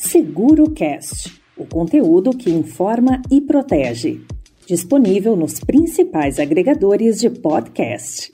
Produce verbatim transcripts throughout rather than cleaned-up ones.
SeguroCast, o conteúdo que informa e protege. Disponível nos principais agregadores de podcast.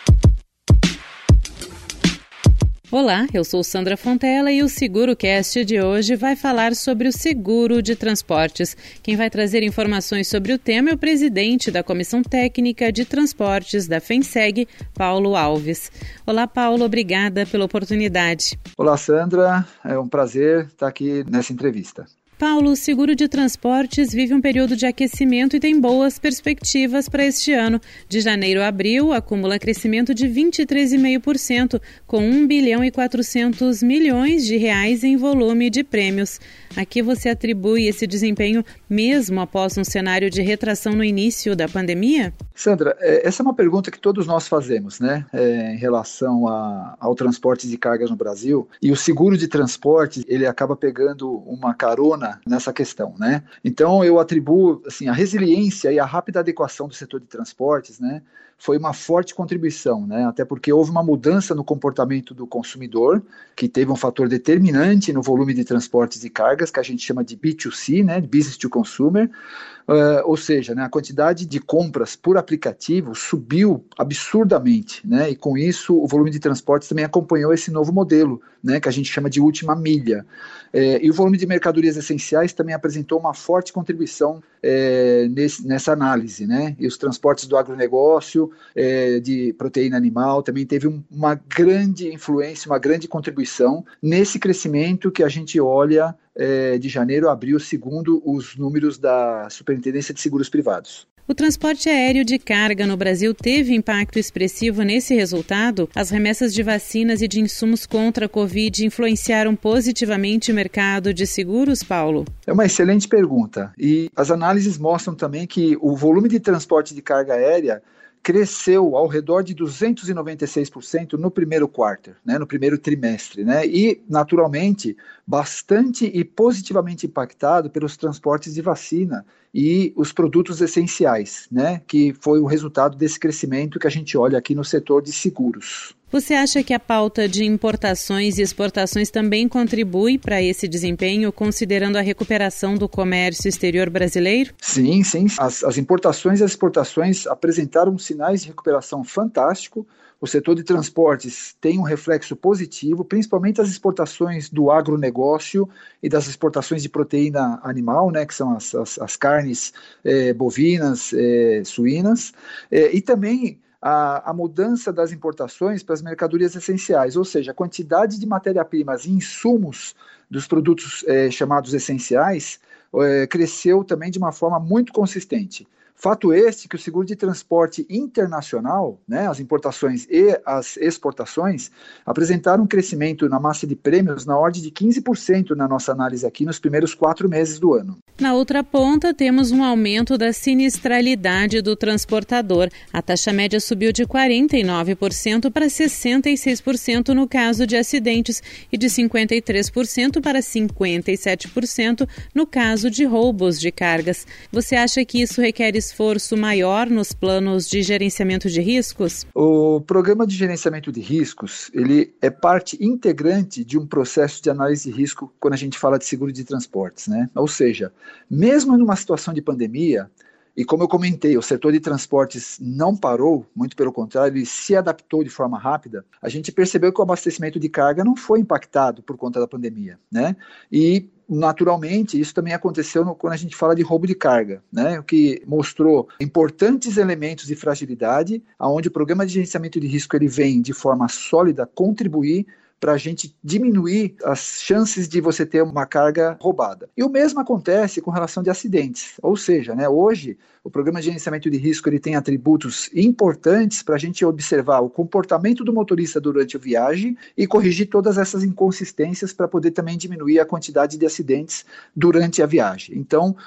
Olá, eu sou Sandra Fontela e o SeguroCast de hoje vai falar sobre o seguro de transportes. Quem vai trazer informações sobre o tema é o presidente da Comissão Técnica de Transportes da FENSEG, Paulo Alves. Olá, Paulo, obrigada pela oportunidade. Olá, Sandra, é um prazer estar aqui nessa entrevista. Paulo, o seguro de transportes vive um período de aquecimento e tem boas perspectivas para este ano. De janeiro a abril, acumula crescimento de vinte e três vírgula cinco por cento, com um bilhão e quatrocentos milhões de reais em volume de prêmios. A que você atribui esse desempenho mesmo após um cenário de retração no início da pandemia? Sandra, essa é uma pergunta que todos nós fazemos, né, é, em relação a, ao transporte de cargas no Brasil. E o seguro de transporte, ele acaba pegando uma carona nessa questão, né? Então eu atribuo assim, a resiliência e a rápida adequação do setor de transportes, né, foi uma forte contribuição, né? Até porque houve uma mudança no comportamento do consumidor, que teve um fator determinante no volume de transportes de cargas, que a gente chama de B dois C, né, Business to Consumer, uh, ou seja, né, a quantidade de compras por aplicativo subiu absurdamente, né, e com isso o volume de transportes também acompanhou esse novo modelo, né, que a gente chama de última milha. É, e o volume de mercadorias essenciais também apresentou uma forte contribuição é, nesse, nessa análise, né, e os transportes do agronegócio, é, de proteína animal, também teve um, uma grande influência, uma grande contribuição nesse crescimento que a gente olha é, de janeiro a abril, segundo os números da Superintendência de Seguros Privados. O transporte aéreo de carga no Brasil teve impacto expressivo nesse resultado? As remessas de vacinas e de insumos contra a Covid influenciaram positivamente o mercado de seguros, Paulo? É uma excelente pergunta. E as análises mostram também que o volume de transporte de carga aérea cresceu ao redor de duzentos e noventa e seis por cento no primeiro quarter, né, no primeiro trimestre, né, e, naturalmente, bastante e positivamente impactado pelos transportes de vacina e os produtos essenciais, né, que foi o resultado desse crescimento que a gente olha aqui no setor de seguros. Você acha que a pauta de importações e exportações também contribui para esse desempenho, considerando a recuperação do comércio exterior brasileiro? Sim, sim. As, as importações e as exportações apresentaram sinais de recuperação fantástico. O setor de transportes tem um reflexo positivo, principalmente as exportações do agronegócio e das exportações de proteína animal, né, que são as, as, as carnes eh, bovinas, eh, suínas, eh, e também A, a mudança das importações para as mercadorias essenciais, ou seja, a quantidade de matéria-primas e insumos dos produtos eh, chamados essenciais eh, cresceu também de uma forma muito consistente. Fato este que o seguro de transporte internacional, né, as importações e as exportações, apresentaram um crescimento na massa de prêmios na ordem de quinze por cento na nossa análise aqui nos primeiros quatro meses do ano. Na outra ponta, temos um aumento da sinistralidade do transportador. A taxa média subiu de quarenta e nove por cento para sessenta e seis por cento no caso de acidentes e de cinquenta e três por cento para cinquenta e sete por cento no caso de roubos de cargas. Você acha que isso requer esforço maior nos planos de gerenciamento de riscos? O programa de gerenciamento de riscos, ele é parte integrante de um processo de análise de risco quando a gente fala de seguro de transportes, né? Ou seja, mesmo numa situação de pandemia, e como eu comentei, o setor de transportes não parou, muito pelo contrário, ele se adaptou de forma rápida, a gente percebeu que o abastecimento de carga não foi impactado por conta da pandemia, né? E naturalmente, isso também aconteceu no, quando a gente fala de roubo de carga, né? O que mostrou importantes elementos de fragilidade, onde o programa de gerenciamento de risco ele vem de forma sólida contribuir para a gente diminuir as chances de você ter uma carga roubada. E o mesmo acontece com relação de acidentes, ou seja, né, hoje o programa de gerenciamento de risco ele tem atributos importantes para a gente observar o comportamento do motorista durante a viagem e corrigir todas essas inconsistências para poder também diminuir a quantidade de acidentes durante a viagem. Então,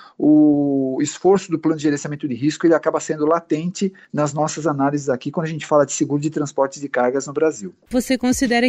o esforço do plano de gerenciamento de risco ele acaba sendo latente nas nossas análises aqui quando a gente fala de seguro de transportes de cargas no Brasil. Você considera que o segundo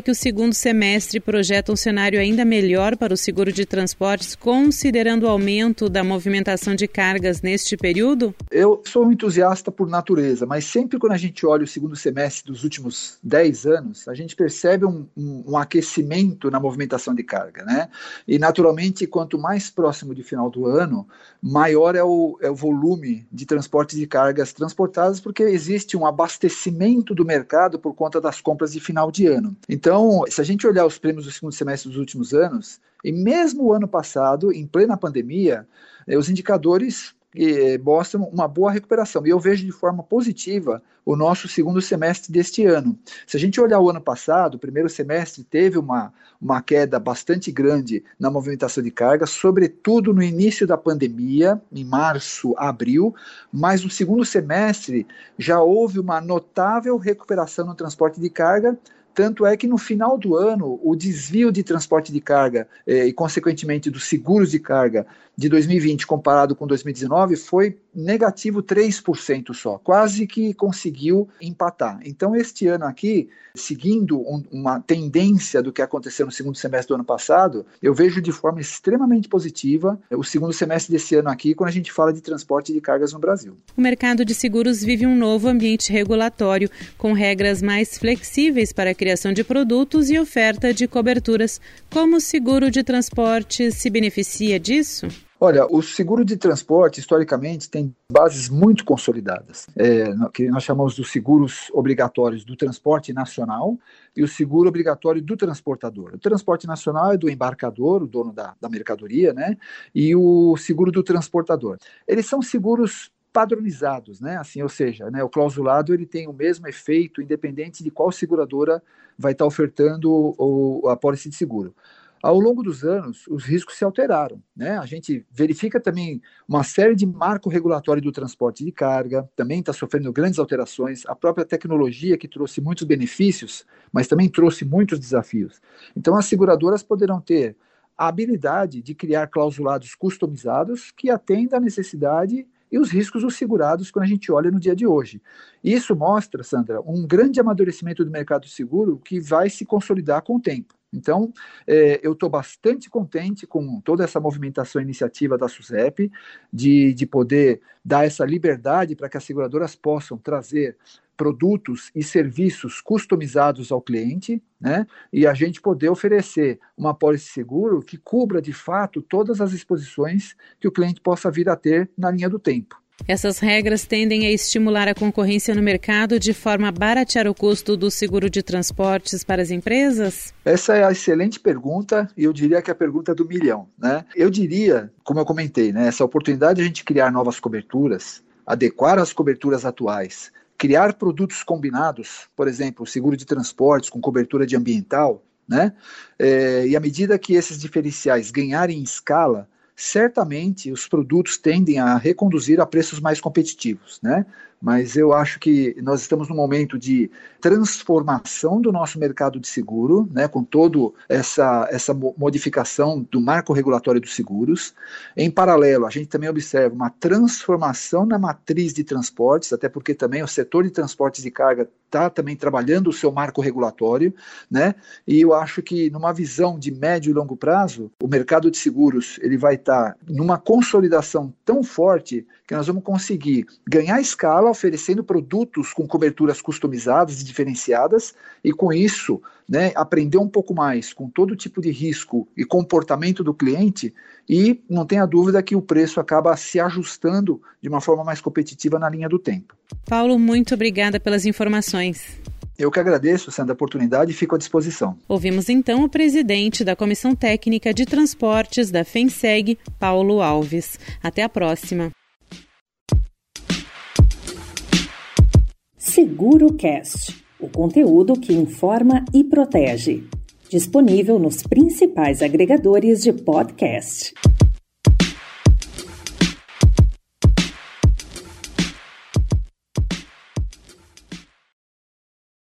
segundo semestre projeta um cenário ainda melhor para o seguro de transportes, considerando o aumento da movimentação de cargas neste período? Eu sou um entusiasta por natureza, mas sempre quando a gente olha o segundo semestre dos últimos dez anos, a gente percebe um, um, um aquecimento na movimentação de carga, né? E naturalmente, quanto mais próximo de final do ano, maior é o, é o volume de transportes de cargas transportadas, porque existe um abastecimento do mercado por conta das compras de final de ano. Então, se a gente olhar os prêmios do segundo semestre dos últimos anos, e mesmo o ano passado, em plena pandemia, eh, os indicadores eh, mostram uma boa recuperação. E eu vejo de forma positiva o nosso segundo semestre deste ano. Se a gente olhar o ano passado, o primeiro semestre teve uma, uma queda bastante grande na movimentação de carga, sobretudo no início da pandemia, em março, abril, mas no segundo semestre já houve uma notável recuperação no transporte de carga. Tanto é que no final do ano, o desvio de transporte de carga eh, e, consequentemente, dos seguros de carga de dois mil e vinte comparado com dois mil e dezenove foi negativo três por cento só, quase que conseguiu empatar. Então, este ano aqui, seguindo um, uma tendência do que aconteceu no segundo semestre do ano passado, eu vejo de forma extremamente positiva o segundo semestre desse ano aqui, quando a gente fala de transporte de cargas no Brasil. O mercado de seguros vive um novo ambiente regulatório, com regras mais flexíveis para a criação de produtos e oferta de coberturas. Como o seguro de transporte se beneficia disso? Olha, o seguro de transporte, historicamente, tem bases muito consolidadas, é, que nós chamamos dos seguros obrigatórios do transporte nacional e o seguro obrigatório do transportador. O transporte nacional é do embarcador, o dono da, da mercadoria, né? E o seguro do transportador. Eles são seguros padronizados, né? Assim, ou seja, né, o clausulado ele tem o mesmo efeito, independente de qual seguradora vai estar ofertando o, a pólice de seguro. Ao longo dos anos, os riscos se alteraram, né? A gente verifica também uma série de marco regulatório do transporte de carga, também está sofrendo grandes alterações, a própria tecnologia que trouxe muitos benefícios, mas também trouxe muitos desafios. Então, as seguradoras poderão ter a habilidade de criar clausulados customizados que atendam à necessidade e os riscos dos segurados quando a gente olha no dia de hoje. Isso mostra, Sandra, um grande amadurecimento do mercado seguro que vai se consolidar com o tempo. Então, eh, eu estou bastante contente com toda essa movimentação e iniciativa da SUSEP, de, de poder dar essa liberdade para que as seguradoras possam trazer produtos e serviços customizados ao cliente, né? E a gente poder oferecer uma pólice de seguro que cubra, de fato, todas as exposições que o cliente possa vir a ter na linha do tempo. Essas regras tendem a estimular a concorrência no mercado de forma a baratear o custo do seguro de transportes para as empresas? Essa é a excelente pergunta e eu diria que é a pergunta do milhão, né? Eu diria, como eu comentei, né, essa oportunidade de a gente criar novas coberturas, adequar as coberturas atuais, criar produtos combinados, por exemplo, seguro de transportes com cobertura de ambiental, né? É, e à medida que esses diferenciais ganharem escala, certamente os produtos tendem a reconduzir a preços mais competitivos, né? Mas eu acho que nós estamos num momento de transformação do nosso mercado de seguro, né, com toda essa, essa modificação do marco regulatório dos seguros. Em paralelo, a gente também observa uma transformação na matriz de transportes, até porque também o setor de transportes de carga está também trabalhando o seu marco regulatório, né? E eu acho que numa visão de médio e longo prazo, o mercado de seguros ele vai estar numa consolidação tão forte que nós vamos conseguir ganhar escala oferecendo produtos com coberturas customizadas e diferenciadas e com isso, né, aprender um pouco mais com todo tipo de risco e comportamento do cliente e não tenha dúvida que o preço acaba se ajustando de uma forma mais competitiva na linha do tempo. Paulo, muito obrigada pelas informações. Eu que agradeço, Sandra, a oportunidade e fico à disposição. Ouvimos então o presidente da Comissão Técnica de Transportes da FENSEG, Paulo Alves. Até a próxima. SeguroCast, o conteúdo que informa e protege. Disponível nos principais agregadores de podcast.